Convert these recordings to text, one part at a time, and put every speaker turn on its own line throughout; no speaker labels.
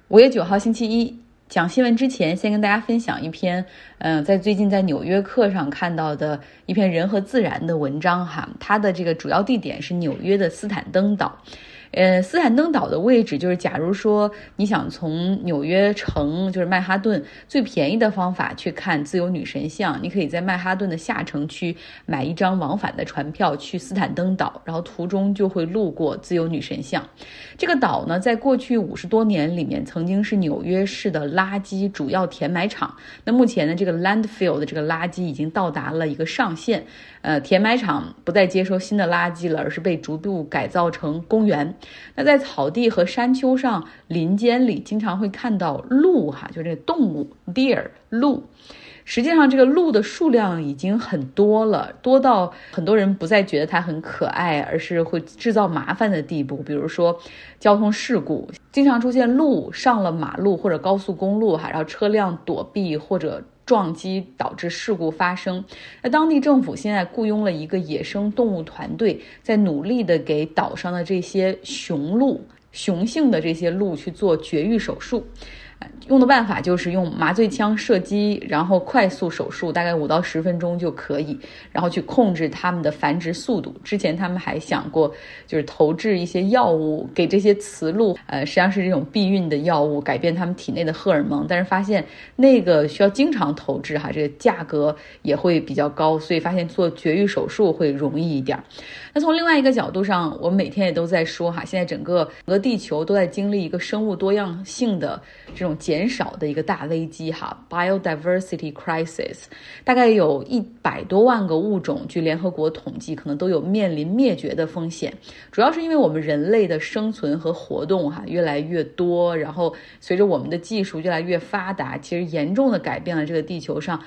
5月9号星期一，讲新闻之前，先跟大家分享一篇，在最近在《纽约客》上看到的一篇人和自然的文章哈。它的这个主要地点是纽约的斯坦登岛。斯坦登岛的位置就是，假如说你想从纽约城，就是曼哈顿最便宜的方法去看自由女神像，你可以在曼哈顿的下城区买一张往返的船票去斯坦登岛，然后途中就会路过自由女神像。这个岛呢，在过去50多年里面，曾经是纽约市的垃圾主要填埋场。那目前呢，这个 landfill 的这个垃圾已经到达了一个上限，填埋场不再接收新的垃圾了，而是被逐步改造成公园。那在草地和山丘上、林间里，经常会看到鹿哈，就这个动物 deer 鹿。实际上这个鹿的数量已经很多了，多到很多人不再觉得它很可爱，而是会制造麻烦的地步。比如说交通事故，经常出现鹿上了马路或者高速公路然后车辆躲避或者撞击，导致事故发生。那当地政府现在雇佣了一个野生动物团队，在努力的给岛上的这些雄性的这些鹿去做绝育手术。用的办法就是用麻醉枪射击，然后快速手术，大概5到10分钟就可以，然后去控制它们的繁殖速度。之前他们还想过，就是投掷一些药物给这些雌鹿，实际上是这种避孕的药物，改变它们体内的荷尔蒙，但是发现那个需要经常投掷这个价格也会比较高，所以发现做绝育手术会容易一点。那从另外一个角度上，我们每天也都在说现在整个地球都在经历一个生物多样性的这种减少的一个大危机biodiversity crisis， 大概有100多万个物种，据联合国统计，可能都有面临灭绝的风险。主要是因为我们人类的生存和活动越来越多，然后随着我们的技术越来越发达，其实严重的改变了这个地球上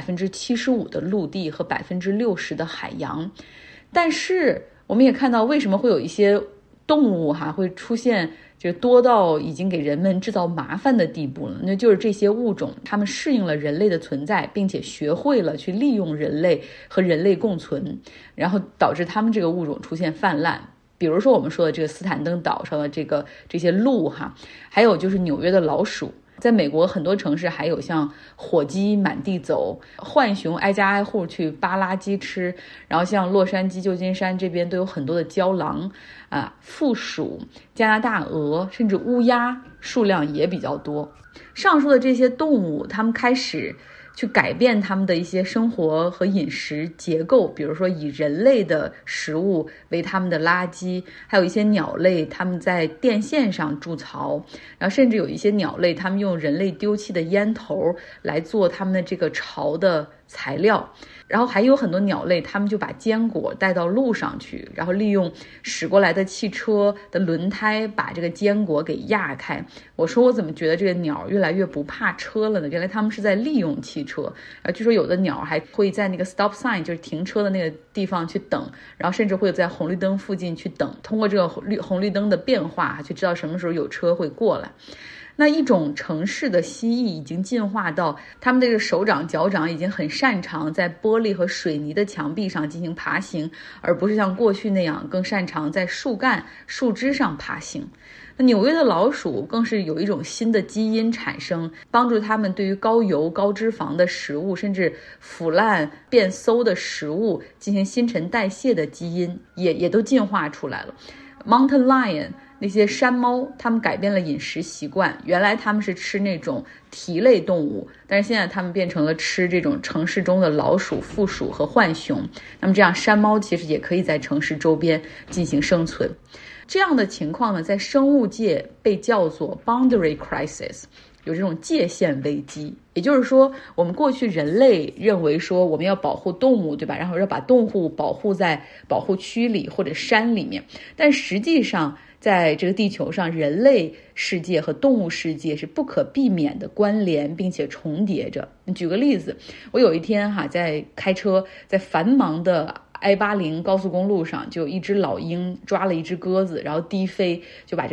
75%的陆地和60%的海洋。但是我们也看到，为什么会有一些动物会出现就多到已经给人们制造麻烦的地步了，那就是这些物种它们适应了人类的存在，并且学会了去利用人类和人类共存，然后导致它们这个物种出现泛滥。比如说我们说的这个斯坦登岛上的这些鹿还有就是纽约的老鼠。在美国很多城市还有像火鸡满地走，浣熊挨家挨户去扒垃圾吃，然后像洛杉矶、旧金山这边都有很多的郊狼负鼠、加拿大鹅，甚至乌鸦数量也比较多。上述的这些动物，它们开始去改变他们的一些生活和饮食结构，比如说以人类的食物为他们的垃圾，还有一些鸟类他们在电线上筑巢，然后甚至有一些鸟类他们用人类丢弃的烟头来做他们的这个巢的材料。然后还有很多鸟类他们就把坚果带到路上去，然后利用驶过来的汽车的轮胎把这个坚果给压开。我说我怎么觉得这个鸟越来越不怕车了呢？原来他们是在利用汽车。据说有的鸟还会在那个 stop sign， 就是停车的那个地方去等，然后甚至会在红绿灯附近去等，通过这个红绿灯的变化去知道什么时候有车会过来。那一种城市的蜥蜴已经进化到他们的这个手掌脚掌已经很擅长在玻璃和水泥的墙壁上进行爬行，而不是像过去那样更擅长在树干树枝上爬行。那纽约的老鼠更是有一种新的基因产生，帮助他们对于高油高脂肪的食物甚至腐烂变馊的食物进行新陈代谢的基因也都进化出来了。 Mountain Lion那些山猫，他们改变了饮食习惯，原来他们是吃那种蹄类动物，但是现在他们变成了吃这种城市中的老鼠、负鼠和浣熊。那么这样山猫其实也可以在城市周边进行生存。这样的情况呢，在生物界被叫做 boundary crisis， 有这种界限危机。也就是说，我们过去人类认为说我们要保护动物，对吧？然后要把动物保护在保护区里或者山里面，但实际上在这个地球上，人类世界和动物世界是不可避免的关联并且重叠着。举个例子，我有一天在开车，在繁忙的I80高速公路上，就一只老鹰抓了一只鸽子，然后低飞就把这个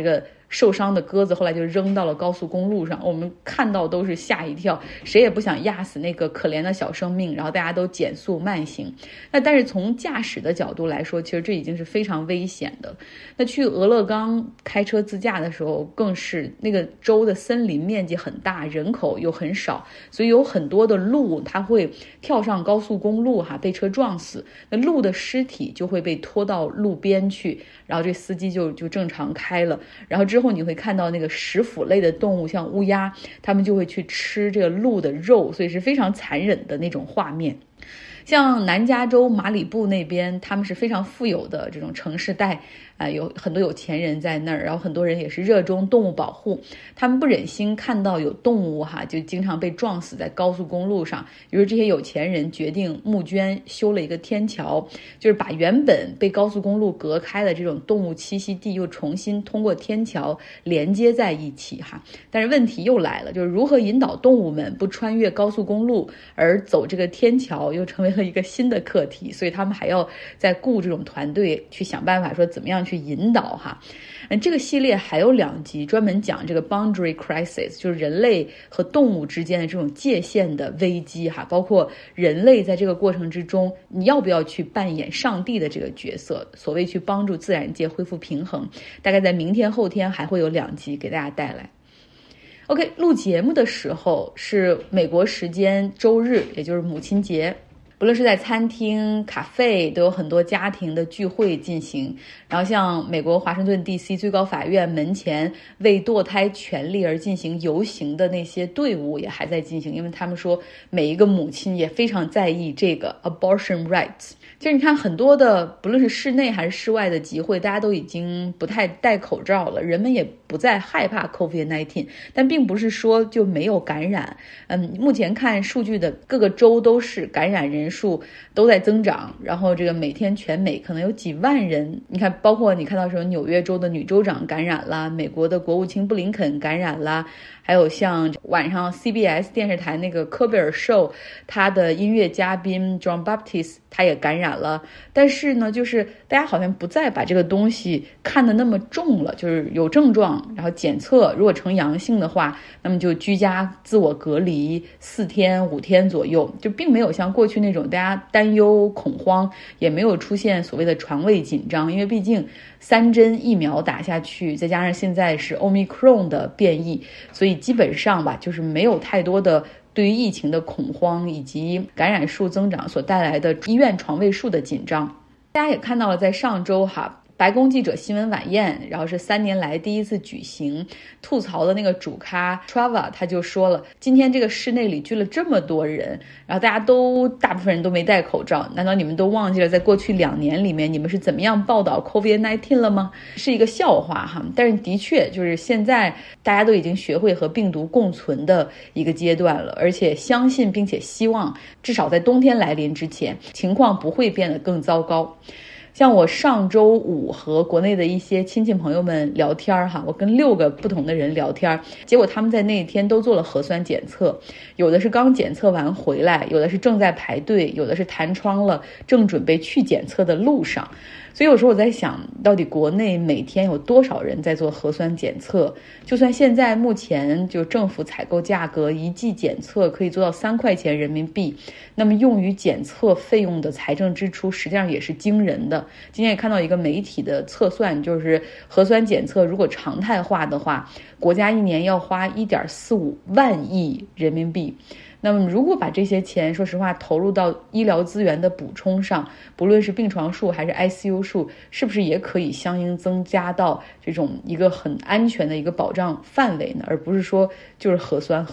受伤的鸽子后来就扔到了高速公路上，我们看到都是吓一跳，谁也不想压死那个可怜的小生命，然后大家都减速慢行。但是从驾驶的角度来说，其实这已经是非常危险的。那去俄勒冈开车自驾的时候，更是那个州的森林面积很大，人口又很少，所以有很多的鹿它会跳上高速公路被车撞死，那鹿的尸体就会被拖到路边去，然后这司机就正常开了，然后之后你会看到那个食腐类的动物，像乌鸦，他们就会去吃这个鹿的肉，所以是非常残忍的那种画面。像南加州马里布那边，他们是非常富有的这种城市带，有很多有钱人在那儿，然后很多人也是热衷动物保护，他们不忍心看到有动物就经常被撞死在高速公路上，于是这些有钱人决定募捐修了一个天桥，就是把原本被高速公路隔开的这种动物栖息地又重新通过天桥连接在一起但是问题又来了，就是如何引导动物们不穿越高速公路而走这个天桥，又成为了一个新的课题，所以他们还要再雇这种团队去想办法说怎么样去引导这个系列还有2集专门讲这个 boundary crisis， 就是人类和动物之间的这种界限的危机包括人类在这个过程之中，你要不要去扮演上帝的这个角色，所谓去帮助自然界恢复平衡。大概在明天后天还会有2集给大家带来。OK， 录节目的时候是美国时间周日，也就是母亲节。不论是在餐厅、咖啡，都有很多家庭的聚会进行。然后像美国华盛顿 DC 最高法院门前为堕胎权利而进行游行的那些队伍也还在进行，因为他们说每一个母亲也非常在意这个 abortion rights。其实你看很多的不论是室内还是室外的集会，大家都已经不太戴口罩了，人们也不再害怕 COVID-19， 但并不是说就没有感染。目前看数据的各个州都是感染人数都在增长，然后这个每天全美可能有几万人，你看包括你看到什么纽约州的女州长感染啦，美国的国务卿布林肯感染啦，还有像晚上 CBS 电视台那个科贝尔秀，他的音乐嘉宾 John Baptist 他也感染了。但是呢，就是大家好像不再把这个东西看得那么重了，就是有症状然后检测，如果呈阳性的话，那么就居家自我隔离4天5天左右，就并没有像过去那种大家担忧恐慌，也没有出现所谓的床位紧张，因为毕竟3针疫苗打下去，再加上现在是 Omicron 的变异，所以基本上吧，就是没有太多的对于疫情的恐慌以及感染数增长所带来的医院床位数的紧张。大家也看到了，在上周白宫记者新闻晚宴，然后是3年来第一次举行，吐槽的那个主咖 Trava 他就说了，今天这个室内里聚了这么多人，然后大部分人都没戴口罩，难道你们都忘记了在过去2年里面你们是怎么样报道 COVID-19 了吗？是一个笑话但是的确就是现在大家都已经学会和病毒共存的一个阶段了，而且相信并且希望至少在冬天来临之前情况不会变得更糟糕。像我上周5和国内的一些亲戚朋友们聊天我跟6个不同的人聊天，结果他们在那一天都做了核酸检测，有的是刚检测完回来，有的是正在排队，有的是弹窗了，正准备去检测的路上。所以有时候我在想，到底国内每天有多少人在做核酸检测？就算现在目前就政府采购价格1剂检测可以做到3块钱人民币，那么用于检测费用的财政支出实际上也是惊人的。今天也看到一个媒体的测算，就是核酸检测如果常态化的话，国家1年要花1.45万亿人民币。那么如果把这些钱说实话投入到医疗资源的补充上，不论是病床数还是 ICU 数，是不是也可以相应增加到这种一个很安全的一个保障范围呢？而不是说就是核酸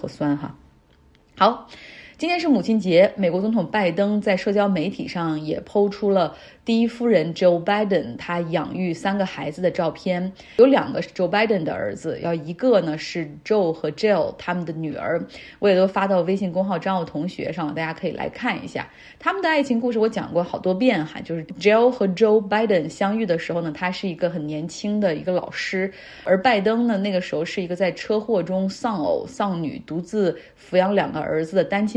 好，今天是母亲节，美国总统拜登在社交媒体上也抛出了第一夫人 Joe Biden 他养育3个孩子的照片，有2个是 Joe Biden 的儿子，一个呢是 Joe 和 Jill 他们的女儿，我也都发到微信公号张奥同学上，大家可以来看一下他们的爱情故事。我讲过好多遍就是 Jill 和 Joe Biden 相遇的时候呢，他是一个很年轻的一个老师，而拜登呢那个时候是一个在车祸中丧偶丧女，独自抚养2个儿子的单亲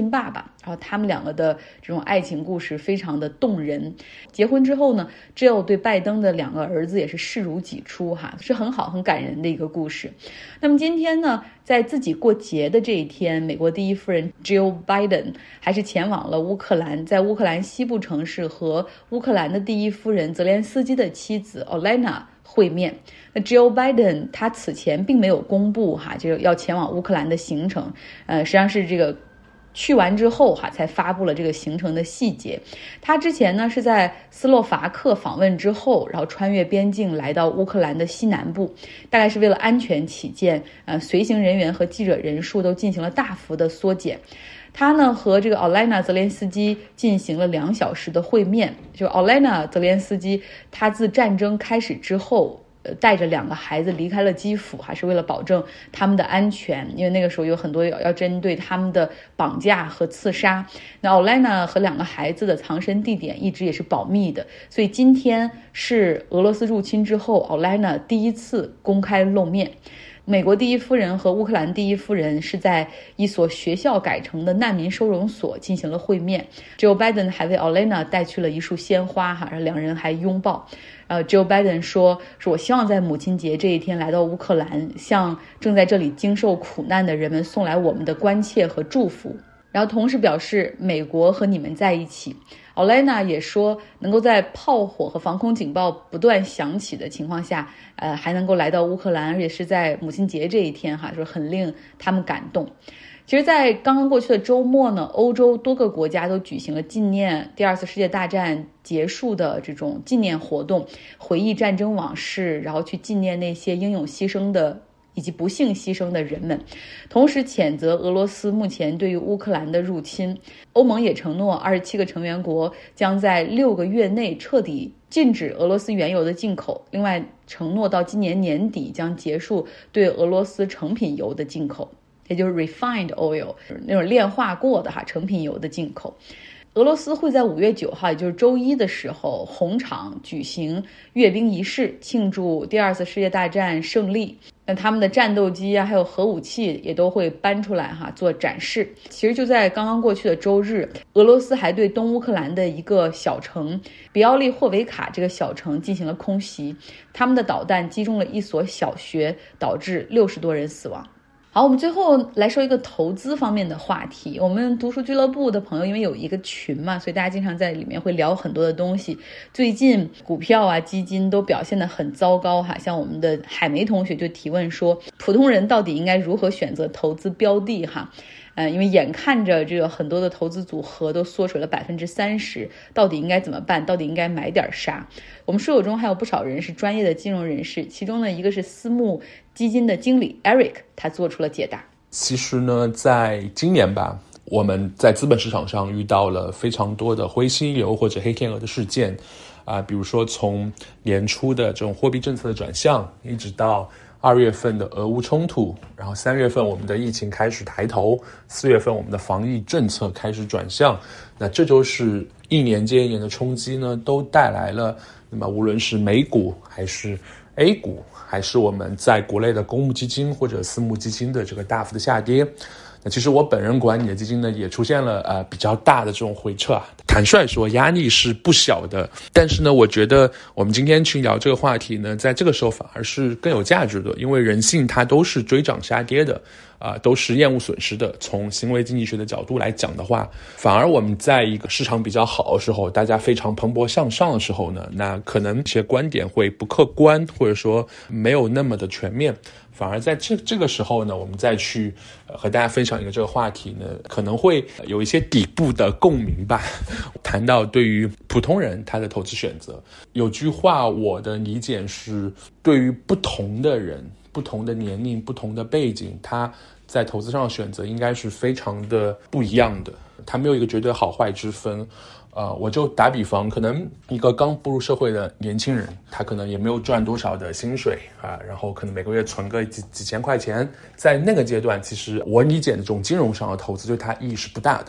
爸爸，然后他们两个的这种爱情故事非常的动人。结婚之后呢 Jill 对拜登的2个儿子也是视如己出哈，是很好很感人的一个故事。那么今天呢，在自己过节的这一天，美国第一夫人 Jill Biden 还是前往了乌克兰，在乌克兰西部城市和乌克兰的第一夫人泽连斯基的妻子 Olena 会面。那 Jill Biden 他此前并没有公布就要前往乌克兰的行程，实际上是这个去完之后才发布了这个行程的细节。他之前呢是在斯洛伐克访问之后，然后穿越边境来到乌克兰的西南部，大概是为了安全起见，随行人员和记者人数都进行了大幅的缩减。他呢和这个奥莱娜·泽连斯基进行了2小时的会面。就奥莱娜·泽连斯基，他自战争开始之后带着2个孩子离开了基辅，还是为了保证他们的安全，因为那个时候有很多要针对他们的绑架和刺杀。那奥莱娜和2个孩子的藏身地点一直也是保密的，所以今天是俄罗斯入侵之后奥莱娜第一次公开露面。美国第一夫人和乌克兰第一夫人是在一所学校改成的难民收容所进行了会面。Joe Biden 还为 Olena 带去了一束鲜花然后2人还拥抱。Joe Biden 说我希望在母亲节这一天来到乌克兰，向正在这里经受苦难的人们送来我们的关切和祝福，然后同时表示美国和你们在一起。Olena 也说能够在炮火和防空警报不断响起的情况下还能够来到乌克兰，而且是在母亲节这一天说很令他们感动。其实在刚刚过去的周末呢，欧洲多个国家都举行了纪念第2次世界大战结束的这种纪念活动，回忆战争往事，然后去纪念那些英勇牺牲的以及不幸牺牲的人们，同时谴责俄罗斯目前对于乌克兰的入侵。欧盟也承诺27个成员国将在6个月内彻底禁止俄罗斯原油的进口，另外承诺到今年年底将结束对俄罗斯成品油的进口，也就是 refined oil 那种炼化过的成品油的进口。俄罗斯会在5月9号，也就是周一的时候，红场举行阅兵仪式，庆祝第2次世界大战胜利。那他们的战斗机还有核武器也都会搬出来做展示。其实就在刚刚过去的周日，俄罗斯还对东乌克兰的一个小城比奥利霍维卡这个小城进行了空袭，他们的导弹击中了一所小学，导致60多人死亡。好，我们最后来说一个投资方面的话题。我们读书俱乐部的朋友因为有一个群嘛，所以大家经常在里面会聊很多的东西。最近股票基金都表现得很糟糕像我们的海梅同学就提问说，普通人到底应该如何选择投资标的因为眼看着这个很多的投资组合都缩水了30%，到底应该怎么办？到底应该买点啥？我们书友中还有不少人是专业的金融人士，其中呢一个是私募基金的经理 Eric， 他做出了解答。
其实呢，在今年吧，我们在资本市场上遇到了非常多的灰犀牛或者黑天鹅的事件比如说从年初的这种货币政策的转向，一直到2月份的俄乌冲突，然后3月份我们的疫情开始抬头，4月份我们的防疫政策开始转向，那这就是一年接一年的冲击呢，都带来了那么无论是美股还是 A 股，还是我们在国内的公募基金或者私募基金的这个大幅的下跌。那其实我本人管理的基金呢，也出现了比较大的这种回撤坦率说压力是不小的，但是呢，我觉得我们今天去聊这个话题呢，在这个时候反而是更有价值的，因为人性它都是追涨杀跌的都是厌恶损失的。从行为经济学的角度来讲的话，反而我们在一个市场比较好的时候，大家非常蓬勃向上的时候呢，那可能一些观点会不客观，或者说没有那么的全面。反而在这个时候呢，我们再去和大家分享一个这个话题呢，可能会有一些底部的共鸣吧。谈到对于普通人他的投资选择，有句话我的理解是，对于不同的人、不同的年龄、不同的背景，他在投资上的选择应该是非常的不一样的，他没有一个绝对好坏之分。我就打比方，可能一个刚步入社会的年轻人，他可能也没有赚多少的薪水然后可能每个月存个几千块钱，在那个阶段，其实我理解的这种金融上的投资对他意义是不大的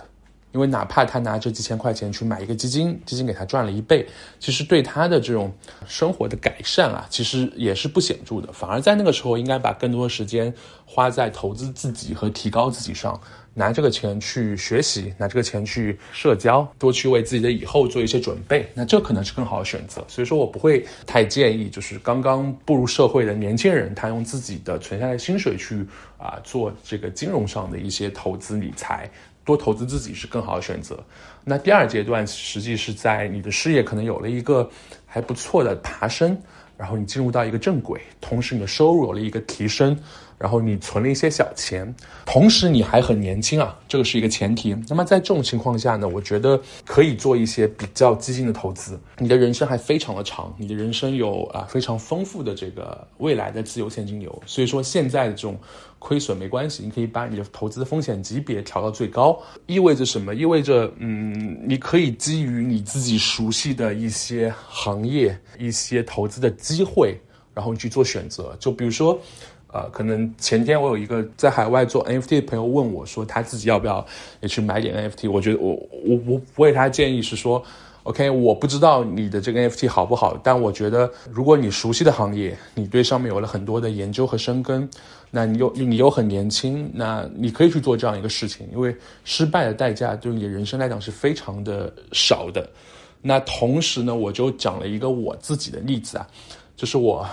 因为哪怕他拿这几千块钱去买一个基金，基金给他赚了1倍，其实对他的这种生活的改善啊，其实也是不显著的。反而在那个时候应该把更多的时间花在投资自己和提高自己上，拿这个钱去学习，拿这个钱去社交，多去为自己的以后做一些准备，那这可能是更好的选择。所以说我不会太建议就是刚刚步入社会的年轻人，他用自己的存下来的薪水去做这个金融上的一些投资理财，多投资自己是更好的选择。那第二阶段实际是在你的事业可能有了一个还不错的爬升，然后你进入到一个正轨，同时你的收入有了一个提升，然后你存了一些小钱，同时你还很年轻啊，这个是一个前提。那么在这种情况下呢，我觉得可以做一些比较激进的投资。你的人生还非常的长，你的人生有非常丰富的这个未来的自由现金流，所以说现在的这种亏损没关系，你可以把你的投资的风险级别调到最高。意味着什么？意味着你可以基于你自己熟悉的一些行业、一些投资的机会，然后你去做选择。就比如说可能前天我有一个在海外做 NFT 的朋友问我说他自己要不要也去买点 NFT。 我觉得我为他建议是说 OK， 我不知道你的这个 NFT 好不好，但我觉得如果你熟悉的行业，你对上面有了很多的研究和深耕，那你又很年轻，那你可以去做这样一个事情，因为失败的代价对你的人生来讲是非常的少的。那同时呢，我就讲了一个我自己的例子就是我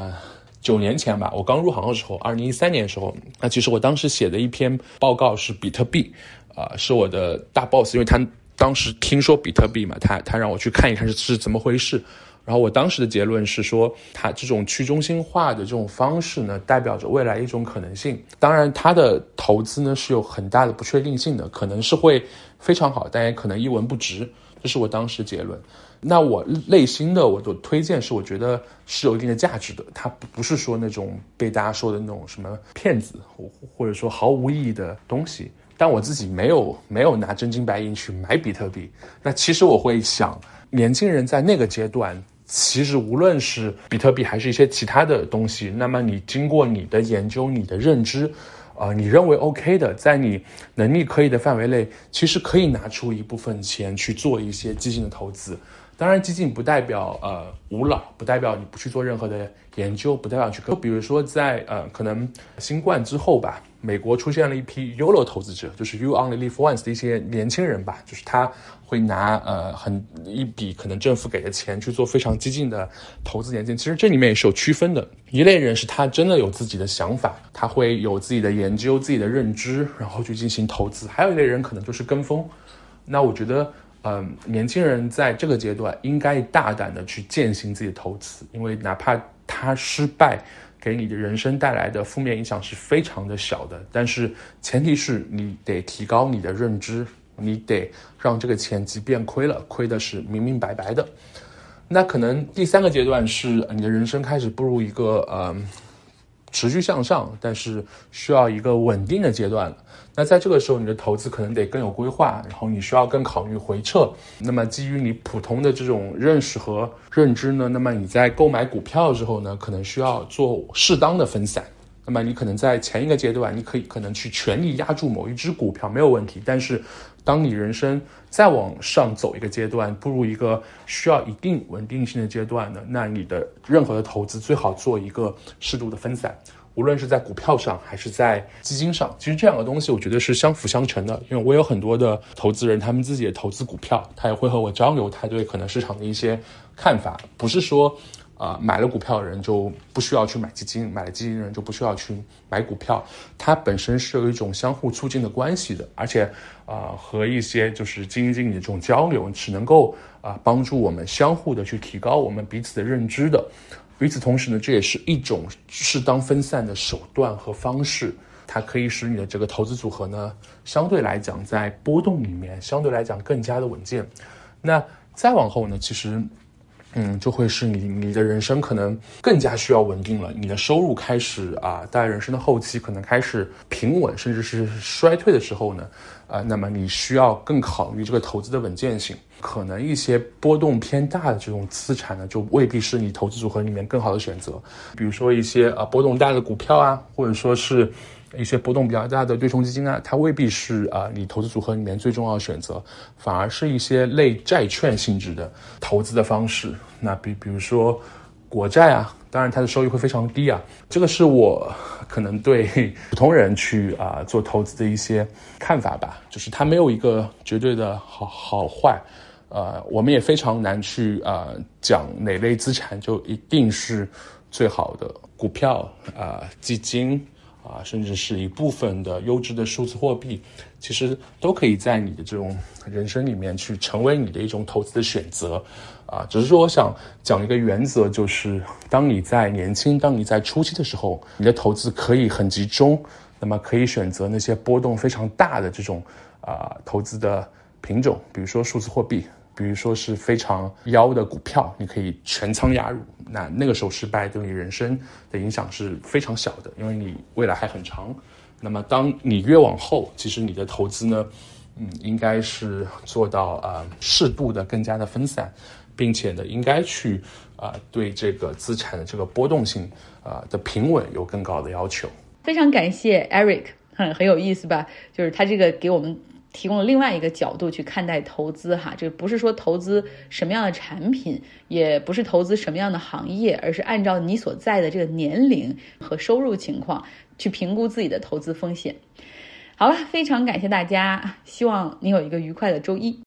9年前吧，我刚入行的时候，2013年的时候，那其实我当时写的一篇报告是比特币，是我的大 boss， 因为他当时听说比特币嘛，他让我去看一看是怎么回事。然后我当时的结论是说，它这种去中心化的这种方式呢，代表着未来一种可能性。当然，它的投资呢是有很大的不确定性的，可能是会非常好，但也可能一文不值。这是我当时的结论。那我内心的我的推荐是，我觉得是有一定的价值的，它不是说那种被大家说的那种什么骗子，或者说毫无意义的东西。但我自己没有拿真金白银去买比特币。那其实我会想，年轻人在那个阶段，其实无论是比特币还是一些其他的东西，那么你经过你的研究、你的认知，你认为 OK 的，在你能力可以的范围内，其实可以拿出一部分钱去做一些激进的投资。当然，激进不代表无脑，不代表你不去做任何的研究，不代表去比如说在可能新冠之后吧，美国出现了一批 YOLO 投资者，就是 You Only Live Once 的一些年轻人吧，就是他会拿一笔可能政府给的钱去做非常激进的投资研究。其实这里面也是有区分的，一类人是他真的有自己的想法，他会有自己的研究、自己的认知，然后去进行投资；还有一类人可能就是跟风。那我觉得年轻人在这个阶段应该大胆的去践行自己的投资，因为哪怕他失败，给你的人生带来的负面影响是非常的小的，但是前提是你得提高你的认知，你得让这个钱即便亏了，亏的是明明白白的。那可能第3个阶段是你的人生开始步入一个持续向上，但是需要一个稳定的阶段了。那在这个时候，你的投资可能得更有规划，然后你需要更考虑回撤。那么基于你普通的这种认识和认知呢，那么你在购买股票之后呢，可能需要做适当的分散。那么你可能在前一个阶段，你可能去全力压住某一只股票没有问题，但是当你人生再往上走一个阶段，步入一个需要一定稳定性的阶段呢，那你的任何的投资最好做一个适度的分散，无论是在股票上还是在基金上。其实这两个东西我觉得是相辅相成的，因为我有很多的投资人，他们自己也投资股票，他也会和我交流他对可能市场的一些看法，不是说买了股票的人就不需要去买基金，买了基金的人就不需要去买股票，它本身是有一种相互促进的关系的，而且和一些就是基金经理的这种交流是能够帮助我们相互的去提高我们彼此的认知的。与此同时呢，这也是一种适当分散的手段和方式，它可以使你的这个投资组合呢，相对来讲在波动里面相对来讲更加的稳健。那再往后呢，其实就会是你的人生可能更加需要稳定了，你的收入开始在人生的后期可能开始平稳甚至是衰退的时候呢，那么你需要更考虑这个投资的稳健性，可能一些波动偏大的这种资产呢，就未必是你投资组合里面更好的选择，比如说一些波动大的股票或者说是一些波动比较大的对冲基金啊，它未必是你投资组合里面最重要的选择，反而是一些类债券性质的投资的方式。那比如说国债啊，当然它的收益会非常低啊，这个是我可能对普通人去做投资的一些看法吧，就是它没有一个绝对的好坏。我们也非常难去讲哪类资产就一定是最好的，股票基金甚至是一部分的优质的数字货币，其实都可以在你的这种人生里面去成为你的一种投资的选择只是说我想讲一个原则，就是当你在年轻，当你在初期的时候，你的投资可以很集中，那么可以选择那些波动非常大的这种投资的品种，比如说数字货币，比如说是非常妖的股票，你可以全仓押入，那个时候失败对你人生的影响是非常小的，因为你未来还很长。那么当你越往后，其实你的投资呢应该是做到适度的更加的分散，并且呢应该去对这个资产的这个波动性的平稳有更高的要求。
非常感谢 Eric， 很有意思吧，就是他这个给我们提供了另外一个角度去看待投资哈，这不是说投资什么样的产品，也不是投资什么样的行业，而是按照你所在的这个年龄和收入情况去评估自己的投资风险。好了，非常感谢大家，希望你有一个愉快的周一。